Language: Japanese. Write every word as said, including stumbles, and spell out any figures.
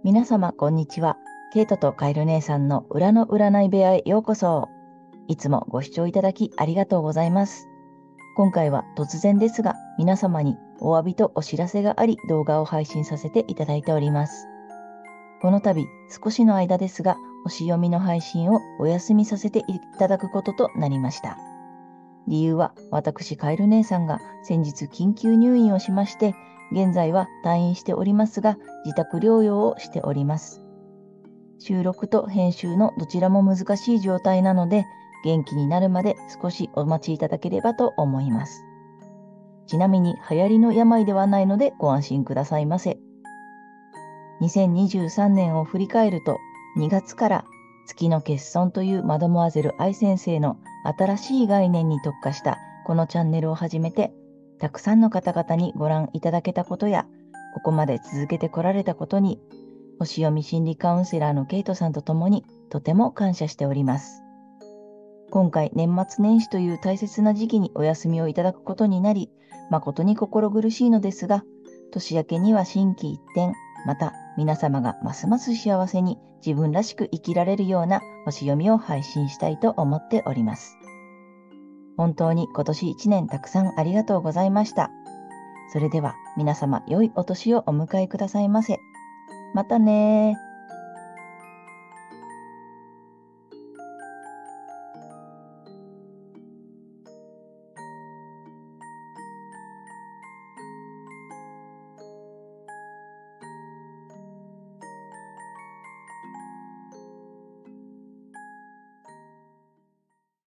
皆様、こんにちは。ケイトとカエル姉さんの裏の占い部屋へようこそ。いつもご視聴いただきありがとうございます。今回は突然ですが、皆様にお詫びとお知らせがあり、動画を配信させていただいております。この度、少しの間ですが、星読みの配信をお休みさせていただくこととなりました。理由は、私、カエル姉さんが先日緊急入院をしまして、現在は退院しておりますが、自宅療養をしております。収録と編集のどちらも難しい状態なので、元気になるまで少しお待ちいただければと思います。ちなみに流行りの病ではないのでご安心くださいませ。にせんにじゅうさんねんを振り返ると、にがつから月の欠損というマドモアゼル愛先生の新しい概念に特化したこのチャンネルを始めて、たくさんの方々にご覧いただけたことや、ここまで続けてこられたことに、星読み心理カウンセラーのケイトさんと共にとても感謝しております。今回年末年始という大切な時期にお休みをいただくことになり、誠に心苦しいのですが、年明けには心機一転、また皆様がますます幸せに自分らしく生きられるような星読みを配信したいと思っております。本当に今年一年たくさんありがとうございました。それでは皆様良いお年をお迎えくださいませ。またねー。